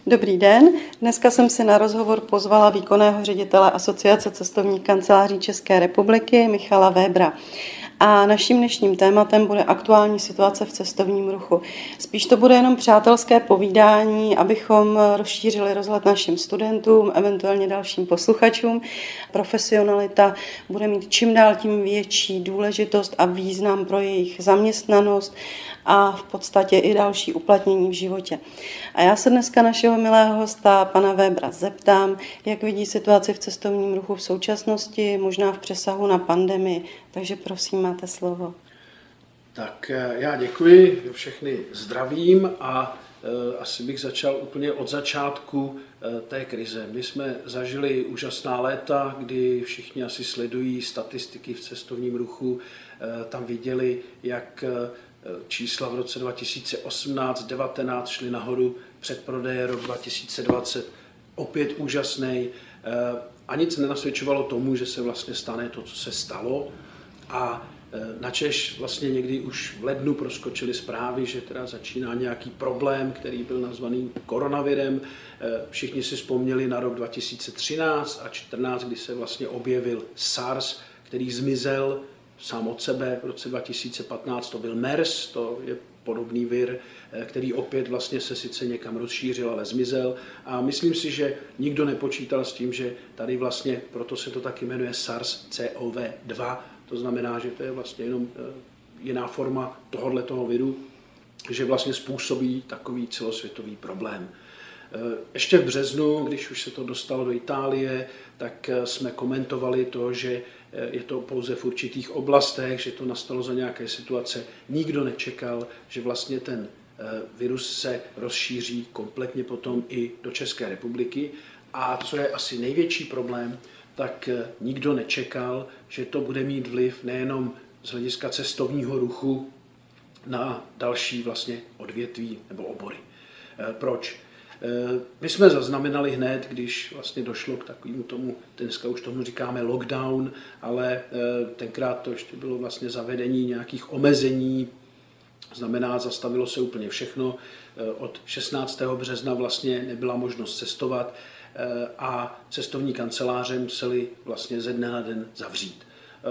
Dobrý den, dneska jsem si na rozhovor pozvala výkonného ředitele Asociace cestovních kanceláří České republiky Michala Webera. A naším dnešním tématem bude aktuální situace v cestovním ruchu. Spíš to bude jenom přátelské povídání, abychom rozšířili rozhled našim studentům, eventuálně dalším posluchačům. Profesionalita bude mít čím dál tím větší důležitost a význam pro jejich zaměstnanost a v podstatě i další uplatnění v životě. A já se dneska našeho milého hosta, pana Webera, zeptám, jak vidí situaci v cestovním ruchu v současnosti, možná v přesahu na pandemii. Takže prosím, máte slovo. Tak já děkuji, všechny zdravím a asi bych začal úplně od začátku té krize. My jsme zažili úžasná léta, kdy všichni asi sledují statistiky v cestovním ruchu, tam viděli, jak čísla v roce 2018-19 šly nahoru, předprodeje rok 2020 opět úžasný a nic nenasvědčovalo tomu, že se vlastně stane to, co se stalo. A načež vlastně někdy už v lednu proskočily zprávy, že teda začíná nějaký problém, který byl nazvaný koronavirem. Všichni si vzpomněli na rok 2013 a 2014, kdy se vlastně objevil SARS, který zmizel sám od sebe. V roce 2015 to byl MERS, to je podobný vir, který opět vlastně se sice někam rozšířil, ale zmizel. A myslím si, že nikdo nepočítal s tím, že tady vlastně, proto se to taky jmenuje SARS-CoV-2, to znamená, že to je vlastně jenom jiná forma tohoto viru, že vlastně způsobí takový celosvětový problém. Ještě v březnu, když už se to dostalo do Itálie, tak jsme komentovali to, že je to pouze v určitých oblastech, že to nastalo za nějaké situace. Nikdo nečekal, že vlastně ten virus se rozšíří kompletně potom i do České republiky. A co je asi největší problém, tak nikdo nečekal, že to bude mít vliv nejenom z hlediska cestovního ruchu na další vlastně odvětví nebo obory. Proč? My jsme zaznamenali hned, když vlastně došlo k takovému tomu, dneska už tomu říkáme lockdown, ale tenkrát to ještě bylo vlastně zavedení nějakých omezení, znamená, zastavilo se úplně všechno. Od 16. března vlastně nebyla možnost cestovat a cestovní kanceláře museli vlastně ze dne na den zavřít.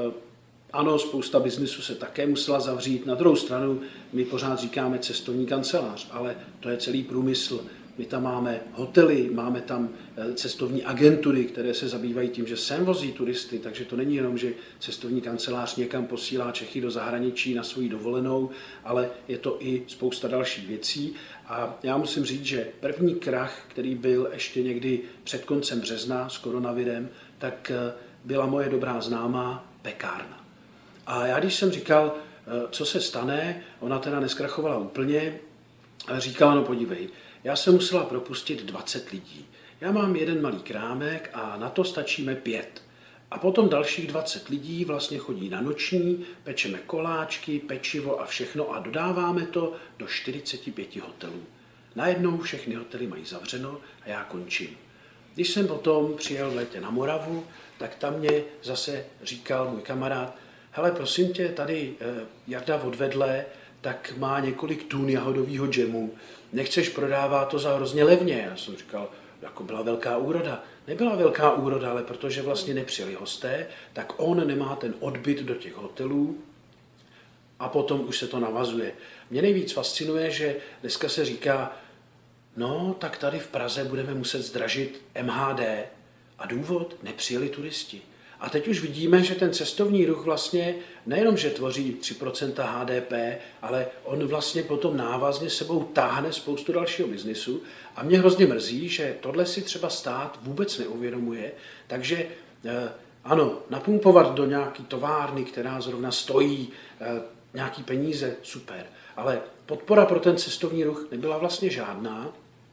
Ano, spousta biznisu se také musela zavřít. Na druhou stranu my pořád říkáme cestovní kancelář, ale to je celý průmysl. My tam máme hotely, máme tam cestovní agentury, které se zabývají tím, že sem vozí turisty, takže to není jenom, že cestovní kancelář někam posílá Čechy do zahraničí na svou dovolenou, ale je to i spousta dalších věcí. A já musím říct, že první krach, který byl ještě někdy před koncem března s koronavirem, tak byla moje dobrá známá pekárna. A já když jsem říkal, co se stane, ona teda neskrachovala úplně, ale říkala, no podívej, já jsem musela propustit 20 lidí. Já mám jeden malý krámek a na to stačíme 5. A potom dalších 20 lidí vlastně chodí na noční, pečeme koláčky, pečivo a všechno a dodáváme to do 45 hotelů. Najednou všechny hotely mají zavřeno a já končím. Když jsem potom přijel v létě na Moravu, tak tam mě zase říkal můj kamarád, hele, prosím tě, tady Jarda odvedle, tak má několik tun jahodového džemu. Nechceš prodávat to za hrozně levně? Já jsem říkal, jako byla velká úroda. Nebyla velká úroda, ale protože vlastně nepřijeli hosté, tak on nemá ten odbyt do těch hotelů a potom už se to navazuje. Mě nejvíc fascinuje, že dneska se říká, no tak tady v Praze budeme muset zdražit MHD a důvod, nepřijeli turisti. A teď už vidíme, že ten cestovní ruch vlastně nejenom, že tvoří 3% HDP, ale on vlastně potom návazně sebou táhne spoustu dalšího biznisu. A mě hrozně mrzí, že tohle si třeba stát vůbec neuvědomuje. Takže ano, napumpovat do nějaký továrny, která zrovna stojí nějaký peníze, super. Ale podpora pro ten cestovní ruch nebyla vlastně žádná.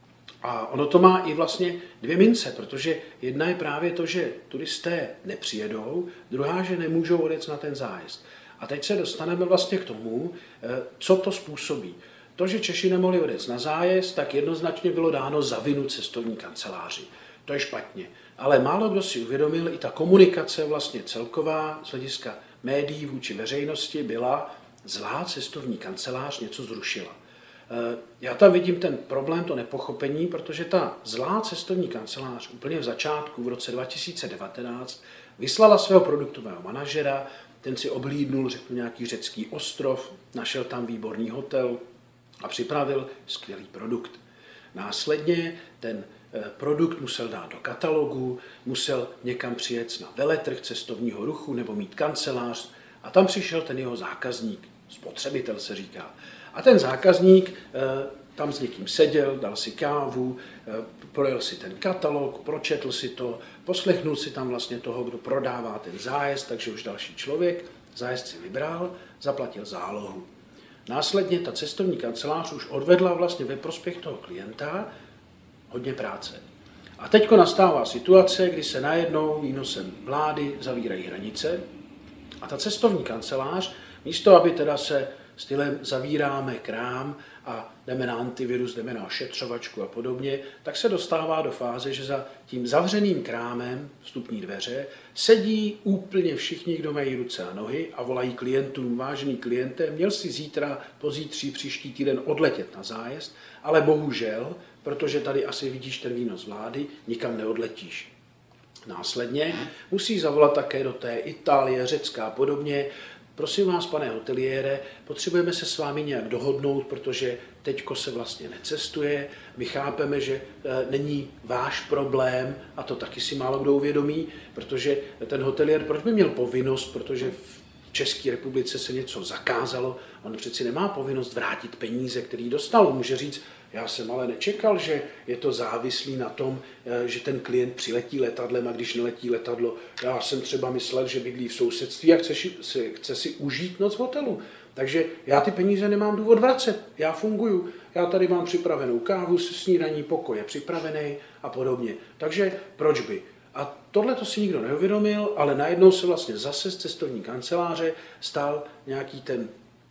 A ono to má i vlastně dvě mince, protože jedna je právě to, že turisté nepřijedou, druhá, že nemůžou odjet na ten zájezd. A teď se dostaneme vlastně k tomu, co to způsobí. To, že Češi nemohli odjet na zájezd, tak jednoznačně bylo dáno za vinu cestovní kanceláři. To je špatně. Ale málo kdo si uvědomil, i ta komunikace vlastně celková z hlediska médií vůči veřejnosti byla, zlá cestovní kancelář něco zrušila. Já tam vidím ten problém, to nepochopení, protože ta zlá cestovní kancelář úplně v začátku, v roce 2019, vyslala svého produktového manažera, ten si obhlídnul, řeknu, nějaký řecký ostrov, našel tam výborný hotel a připravil skvělý produkt. Následně ten produkt musel dát do katalogu, musel někam přijet na veletrh cestovního ruchu nebo mít kancelář a tam přišel ten jeho zákazník, spotřebitel se říká. A ten zákazník tam s někým seděl, dal si kávu, projel si ten katalog, pročetl si to, poslechnul si tam vlastně toho, kdo prodává ten zájezd, takže už další člověk, zájezd si vybral, zaplatil zálohu. Následně ta cestovní kancelář už odvedla vlastně ve prospěch toho klienta hodně práce. A teďko nastává situace, kdy se najednou výnosem vlády zavírají hranice a ta cestovní kancelář, místo aby teda se stylem zavíráme krám a jdeme na antivirus, jdeme na ošetřovačku a podobně, tak se dostává do fáze, že za tím zavřeným krámem, vstupní dveře, sedí úplně všichni, kdo mají ruce a nohy a volají klientům: vážený kliente, měl si zítra, pozítří, příští týden odletět na zájezd, ale bohužel, protože tady asi vidíš ten výnos vlády, nikam neodletíš. Následně musí zavolat také do té Itálie, Řecka a podobně: prosím vás, pane hoteliére, potřebujeme se s vámi nějak dohodnout, protože teďko se vlastně necestuje, my chápeme, že není váš problém, a to taky si málo kdo uvědomí, protože ten hoteliér, proč by měl povinnost, protože v České republice se něco zakázalo, on přeci nemá povinnost vrátit peníze, který dostal. On může říct: já jsem ale nečekal, že je to závislý na tom, že ten klient přiletí letadlem, a když neletí letadlo, já jsem třeba myslel, že bydlí v sousedství a chce si užít noc v hotelu. Takže já ty peníze nemám důvod vracet, já funguju, já tady mám připravenou kávu, snídaní, pokoj je připravený a podobně. Takže proč by? A tohle to si nikdo neuvědomil, ale najednou se vlastně zase z cestovní kanceláře stal nějaký ten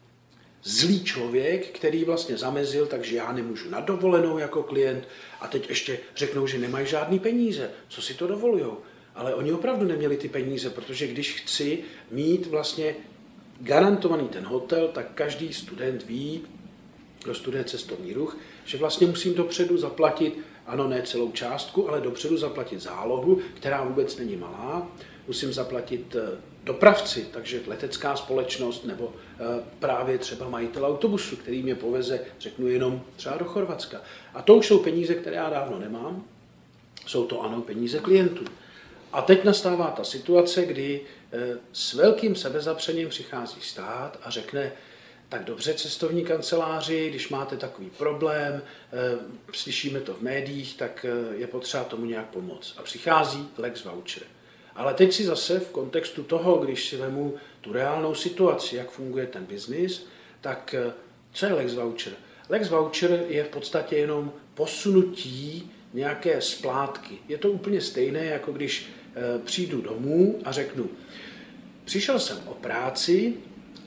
zlý člověk, který vlastně zamezil, takže já nemůžu na dovolenou jako klient a teď ještě řeknou, že nemají žádný peníze. Co si to dovolujou? Ale oni opravdu neměli ty peníze, protože když chci mít vlastně garantovaný ten hotel, tak každý student ví, kdo studuje cestovní ruch, že vlastně musím dopředu zaplatit, ano, ne celou částku, ale dopředu zaplatit zálohu, která vůbec není malá. Musím zaplatit dopravci, takže letecká společnost nebo právě třeba majitel autobusu, který mě poveze, řeknu, jenom třeba do Chorvatska. A to už jsou peníze, které já dávno nemám. Jsou to, ano, peníze klientů. A teď nastává ta situace, kdy s velkým sebezapřením přichází stát a řekne: tak dobře, cestovní kanceláři, když máte takový problém, slyšíme to v médiích, tak je potřeba tomu nějak pomoct. A přichází Lex Voucher. Ale teď si zase v kontextu toho, když si vemu tu reálnou situaci, jak funguje ten biznis, tak co je Lex Voucher? Lex Voucher je v podstatě jenom posunutí nějaké splátky. Je to úplně stejné, jako když přijdu domů a řeknu: přišel jsem o práci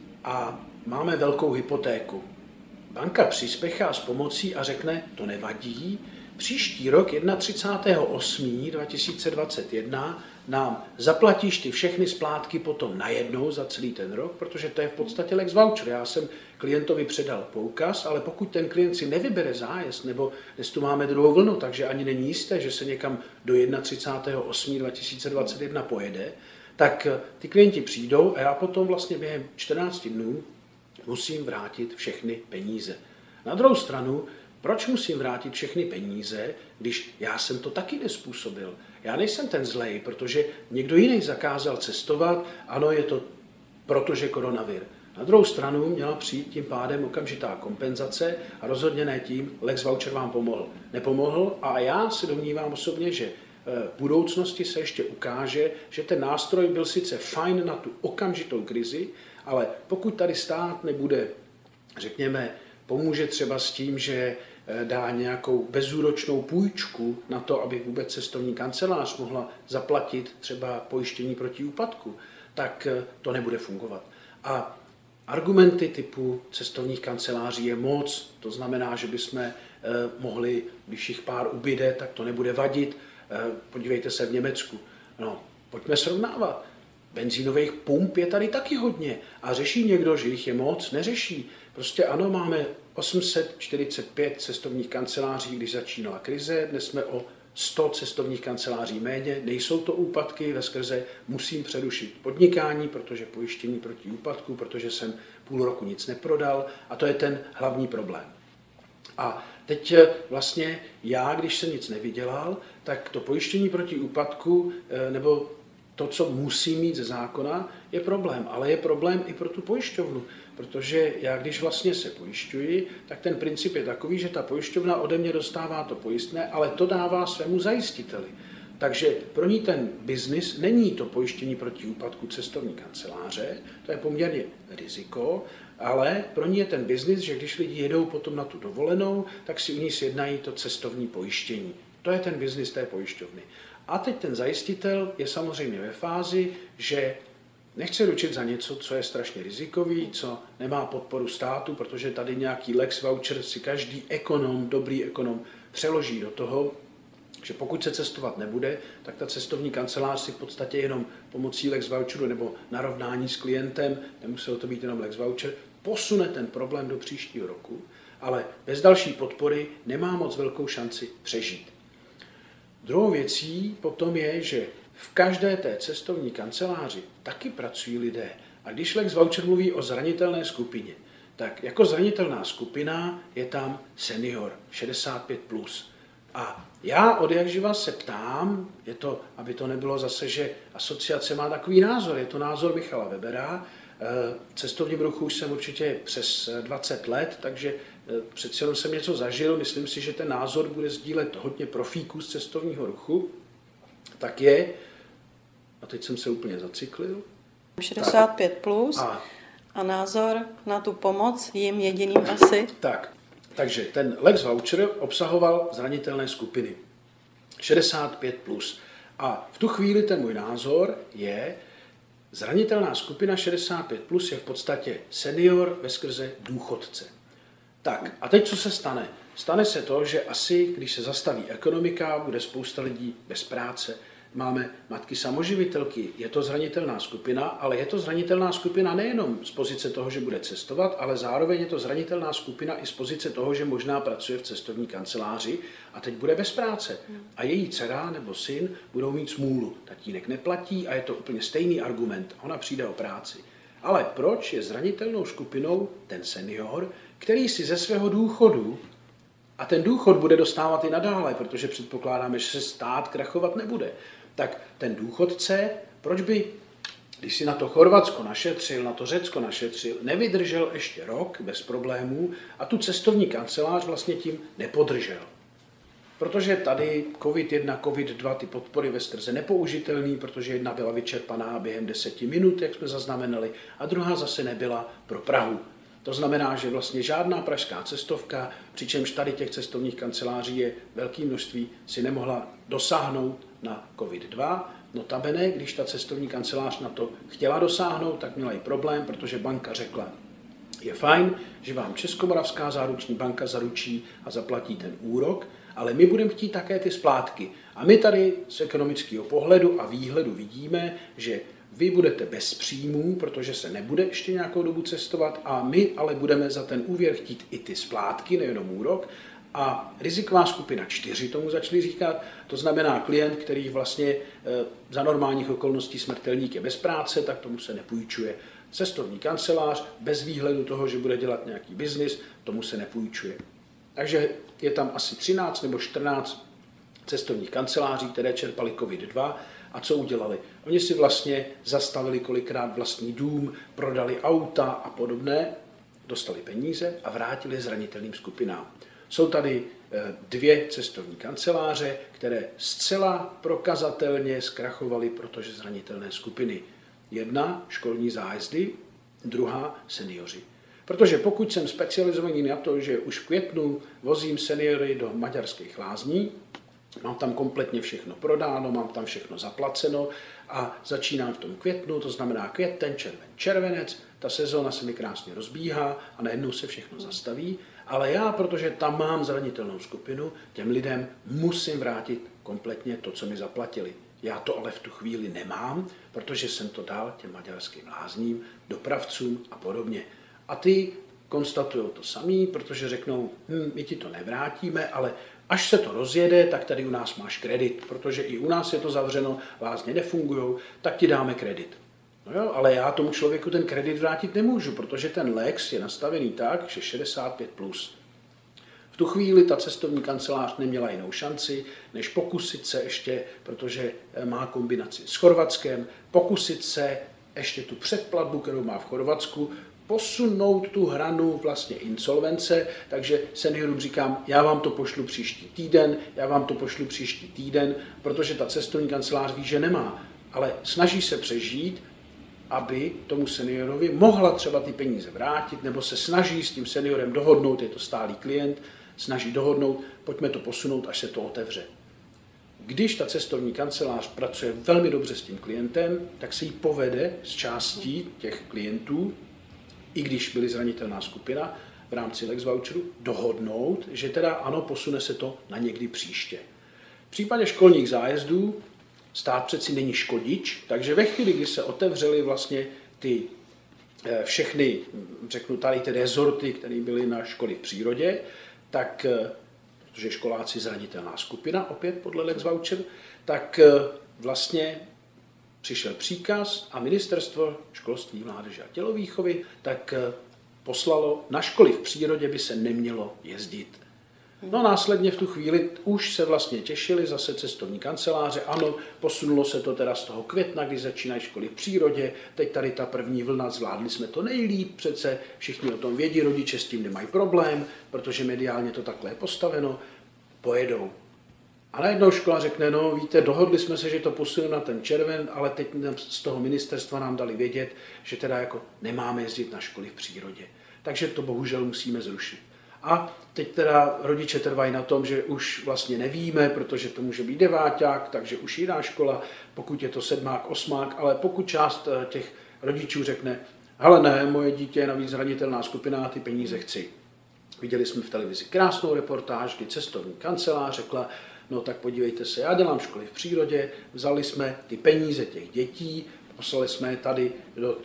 a máme velkou hypotéku. Banka přispěchá s pomocí a řekne: to nevadí, příští rok 31.8.2021 nám zaplatíš ty všechny splátky potom najednou za celý ten rok, protože to je v podstatě Lex Voucher. Já jsem klientovi předal poukaz, ale pokud ten klient si nevybere zájezd, nebo dnes tu máme druhou vlnu, takže ani není jisté, že se někam do 31.8.2021 pojede, tak ty klienti přijdou a já potom vlastně během 14 dnů musím vrátit všechny peníze. Na druhou stranu, proč musím vrátit všechny peníze, když já jsem to taky nezpůsobil? Já nejsem ten zlej, protože někdo jiný zakázal cestovat, ano, je to protože koronavir. Na druhou stranu měla přijít tím pádem okamžitá kompenzace a rozhodně ne tím, Lex Voucher vám pomohl. Nepomohl a já si domnívám osobně, že v budoucnosti se ještě ukáže, že ten nástroj byl sice fajn na tu okamžitou krizi, ale pokud tady stát nebude, řekněme, pomůže třeba s tím, že dá nějakou bezúročnou půjčku na to, aby vůbec cestovní kancelář mohla zaplatit třeba pojištění proti úpadku, tak to nebude fungovat. A argumenty typu cestovních kanceláří je moc, to znamená, že bychom mohli, když jich pár ubyde, tak to nebude vadit. Podívejte se v Německu. No, pojďme srovnávat. Benzínových pump je tady taky hodně. A řeší někdo, že jich je moc? Neřeší. Prostě ano, máme 845 cestovních kanceláří, když začínala krize, dnes jsme o 100 cestovních kanceláří méně, nejsou to úpadky, veskrze musím přerušit podnikání, protože pojištění proti úpadku, protože jsem půl roku nic neprodal a to je ten hlavní problém. A teď vlastně já, když jsem nic nevydělal, tak to pojištění proti úpadku nebo to, co musí mít ze zákona, je problém, ale je problém i pro tu pojišťovnu, protože já, když vlastně se pojišťuji, tak ten princip je takový, že ta pojišťovna ode mě dostává to pojistné, ale to dává svému zajistiteli. Takže pro ní ten biznis není to pojištění proti úpadku cestovní kanceláře, to je poměrně riziko, ale pro ní je ten biznis, že když lidi jedou potom na tu dovolenou, tak si u ní sjednají to cestovní pojištění. To je ten biznis té pojišťovny. A teď ten zajistitel je samozřejmě ve fázi, že nechce ručit za něco, co je strašně rizikový, co nemá podporu státu, protože tady nějaký lex voucher si každý ekonom, dobrý ekonom, přeloží do toho, že pokud se cestovat nebude, tak ta cestovní kancelář si v podstatě jenom pomocí lex voucheru nebo narovnání s klientem, nemuselo to být jenom lex voucher, posune ten problém do příštího roku, ale bez další podpory nemá moc velkou šanci přežít. Druhou věcí potom je, že v každé té cestovní kanceláři taky pracují lidé. A když lex voucher mluví o zranitelné skupině, tak jako zranitelná skupina je tam senior 65+. A já od jakživa se ptám, je to, aby to nebylo zase, že asociace má takový názor, je to názor Michala Webera. V cestovním ruchu už jsem určitě přes 20 let, takže přeci jenom jsem něco zažil, myslím si, že ten názor bude sdílet hodně profíků z cestovního ruchu, tak je, a teď jsem se úplně zacyklil. 65 plus a názor na tu pomoc jim jediným asi. Takže ten lex voucher obsahoval zranitelné skupiny 65 plus. A v tu chvíli ten můj názor je, zranitelná skupina 65 plus je v podstatě senior veskrze důchodce. Tak a teď co se stane? Stane se to, že asi, když se zastaví ekonomika, bude spousta lidí bez práce, máme matky samoživitelky, je to zranitelná skupina, ale je to zranitelná skupina nejenom z pozice toho, že bude cestovat, ale zároveň je to zranitelná skupina i z pozice toho, že možná pracuje v cestovní kanceláři a teď bude bez práce. A její dcera nebo syn budou mít smůlu. Tatínek neplatí a je to úplně stejný argument. Ona přijde o práci. Ale proč je zranitelnou skupinou ten senior, který si ze svého důchodu, a ten důchod bude dostávat i nadále, protože předpokládáme, že se stát krachovat nebude, tak ten důchodce, proč by, když si na to Chorvatsko našetřil, na to Řecko našetřil, nevydržel ještě rok bez problémů a tu cestovní kancelář vlastně tím nepodržel. Protože tady COVID-1, COVID-2, ty podpory veskrze nepoužitelný, protože jedna byla vyčerpaná během 10 minut, jak jsme zaznamenali, a druhá zase nebyla pro Prahu. To znamená, že vlastně žádná pražská cestovka, přičemž tady těch cestovních kanceláří je velké množství, si nemohla dosáhnout na COVID-2. Notabene, když ta cestovní kancelář na to chtěla dosáhnout, tak měla i problém, protože banka řekla, je fajn, že vám Českomoravská záruční banka zaručí a zaplatí ten úrok, ale my budeme chtít také ty splátky. A my tady z ekonomického pohledu a výhledu vidíme, že vy budete bez příjmů, protože se nebude ještě nějakou dobu cestovat a my ale budeme za ten úvěr chtít i ty splátky, nejenom úrok. A riziková skupina 4 tomu začali říkat, to znamená klient, který vlastně za normálních okolností smrtelník je bez práce, tak tomu se nepůjčuje. Cestovní kancelář bez výhledu toho, že bude dělat nějaký biznis, tomu se nepůjčuje. Takže je tam asi 13 nebo 14 cestovních kanceláří, které čerpaly COVID-2 a co udělali? Oni si vlastně zastavili kolikrát vlastní dům, prodali auta a podobné, dostali peníze a vrátili zranitelným skupinám. Jsou tady 2 cestovní kanceláře, které zcela prokazatelně zkrachovaly, protože zranitelné skupiny. Jedna školní zájezdy, druhá seniori. Protože pokud jsem specializovaný na to, že už v květnu vozím seniory do Maďarských Lázní, mám tam kompletně všechno prodáno, mám tam všechno zaplaceno a začínám v tom květnu, to znamená květen, červen, červenec, ta sezóna se mi krásně rozbíhá a najednou se všechno zastaví, ale já, protože tam mám zranitelnou skupinu, těm lidem musím vrátit kompletně to, co mi zaplatili. Já to ale v tu chvíli nemám, protože jsem to dal těm maďarským lázním, dopravcům a podobně. A ty konstatují to samý, protože řeknou, my ti to nevrátíme, ale až se to rozjede, tak tady u nás máš kredit, protože i u nás je to zavřeno, lázně nefungují, tak ti dáme kredit. No jo, ale já tomu člověku ten kredit vrátit nemůžu, protože ten lex je nastavený tak, že 65+. V tu chvíli ta cestovní kancelář neměla jinou šanci, než pokusit se ještě, protože má kombinaci s Chorvatskem, pokusit se ještě tu předplatbu, kterou má v Chorvatsku, posunout tu hranu vlastně insolvence, takže seniorům říkám, já vám to pošlu příští týden, protože ta cestovní kancelář ví, že nemá, ale snaží se přežít, aby tomu seniorovi mohla třeba ty peníze vrátit, nebo se snaží s tím seniorem dohodnout, je to stálý klient, snaží dohodnout, pojďme to posunout, až se to otevře. Když ta cestovní kancelář pracuje velmi dobře s tím klientem, tak se jí povede z částí těch klientů, i když byli zranitelná skupina, v rámci Lex Voucheru dohodnout, že teda ano, posune se to na někdy příště. V případě školních zájezdů stát přeci není škodič, takže ve chvíli, kdy se otevřely vlastně ty všechny, řeknu tady ty rezorty, které byly na školy v přírodě, tak, protože školáci zranitelná skupina, opět podle Lex Voucher, tak vlastně přišel příkaz a ministerstvo školství, mládeže a tělovýchovy tak poslalo, na školy v přírodě by se nemělo jezdit. No následně v tu chvíli už se vlastně těšili zase cestovní kanceláře, ano, posunulo se to teda z toho května, kdy začínají školy v přírodě, teď tady ta první vlna, zvládli jsme to nejlíp, přece všichni o tom vědí, rodiče s tím nemají problém, protože mediálně to takhle je postaveno, pojedou. A najednou škola řekne, no víte, dohodli jsme se, že to posuneme na ten červen, ale teď z toho ministerstva nám dali vědět, že teda jako nemáme jezdit na školy v přírodě. Takže to bohužel musíme zrušit. A teď teda rodiče trvají na tom, že už vlastně nevíme, protože to může být deváťák, takže už jiná škola, pokud je to sedmák, osmák, ale pokud část těch rodičů řekne, hele ne, moje dítě je navíc zranitelná skupina a ty peníze chci. Viděli jsme v televizi krásnou reportáž, kdy cestovní kancelář řekla, no tak podívejte se, já dělám školy v přírodě, vzali jsme ty peníze těch dětí, poslali jsme je tady do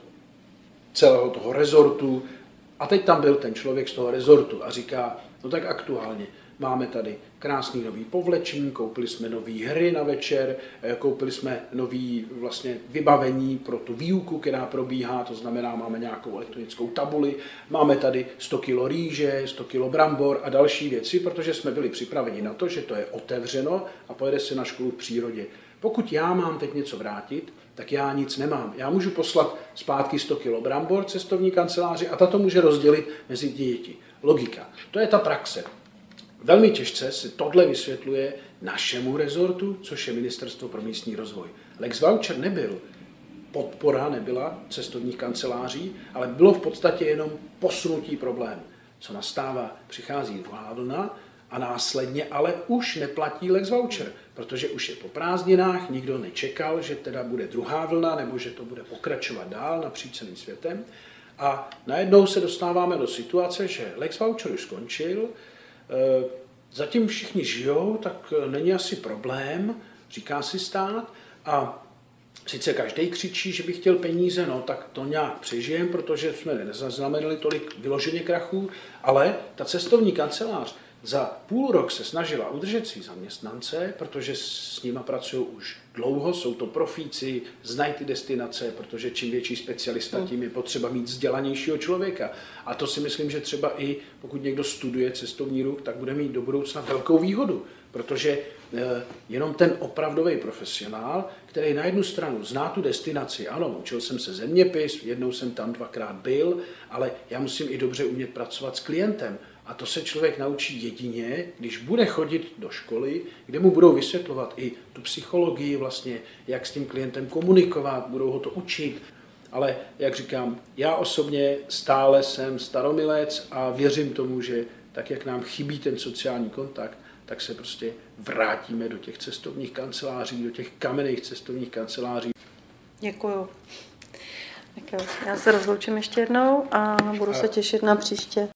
celého toho rezortu a teď tam byl ten člověk z toho rezortu a říká, no tak aktuálně máme tady krásný nový povlečení, koupili jsme nový hry na večer, koupili jsme nový vlastně vybavení pro tu výuku, která probíhá, to znamená, máme nějakou elektronickou tabuli, máme tady 100 kg rýže, 100 kg brambor a další věci, protože jsme byli připraveni na to, že to je otevřeno a pojede se na školu v přírodě. Pokud já mám teď něco vrátit, tak já nic nemám. Já můžu poslat zpátky 100 kg brambor cestovní kanceláři a ta to může rozdělit mezi ty děti. Logika. To je ta praxe. Velmi těžce se tohle vysvětluje našemu rezortu, což je Ministerstvo pro místní rozvoj. Lex Voucher nebyl, podpora nebyla cestovních kanceláří, ale bylo v podstatě jenom posunutí problému. Co nastává, přichází druhá vlna a následně ale už neplatí Lex Voucher, protože už je po prázdninách, nikdo nečekal, že teda bude druhá vlna nebo že to bude pokračovat dál napříč celým světem. A najednou se dostáváme do situace, že Lex Voucher už skončil, zatím všichni žijou, tak není asi problém, říká si stát. A sice každý křičí, že by chtěl peníze, no tak to nějak přežijeme, protože jsme nezaznamenali tolik vyloženě krachů, ale ta cestovní kancelář za půl rok se snažila udržet svý zaměstnance, protože s nima pracují už dlouho, jsou to profíci, znají ty destinace, protože čím větší specialista, tím je potřeba mít vzdělanějšího člověka. A to si myslím, že třeba i pokud někdo studuje cestovní ruch, tak bude mít do budoucna velkou výhodu, protože jenom ten opravdový profesionál, který na jednu stranu zná tu destinaci, ano, učil jsem se zeměpis, jednou jsem tam 2krát byl, ale já musím i dobře umět pracovat s klientem. A to se člověk naučí jedině, když bude chodit do školy, kde mu budou vysvětlovat i tu psychologii vlastně, jak s tím klientem komunikovat, budou ho to učit. Ale jak říkám, já osobně stále jsem staromilec a věřím tomu, že tak, jak nám chybí ten sociální kontakt, tak se prostě vrátíme do těch cestovních kanceláří, do těch kamenných cestovních kanceláří. Děkuju. Tak jo, já se rozloučím ještě jednou a budu se těšit na příště.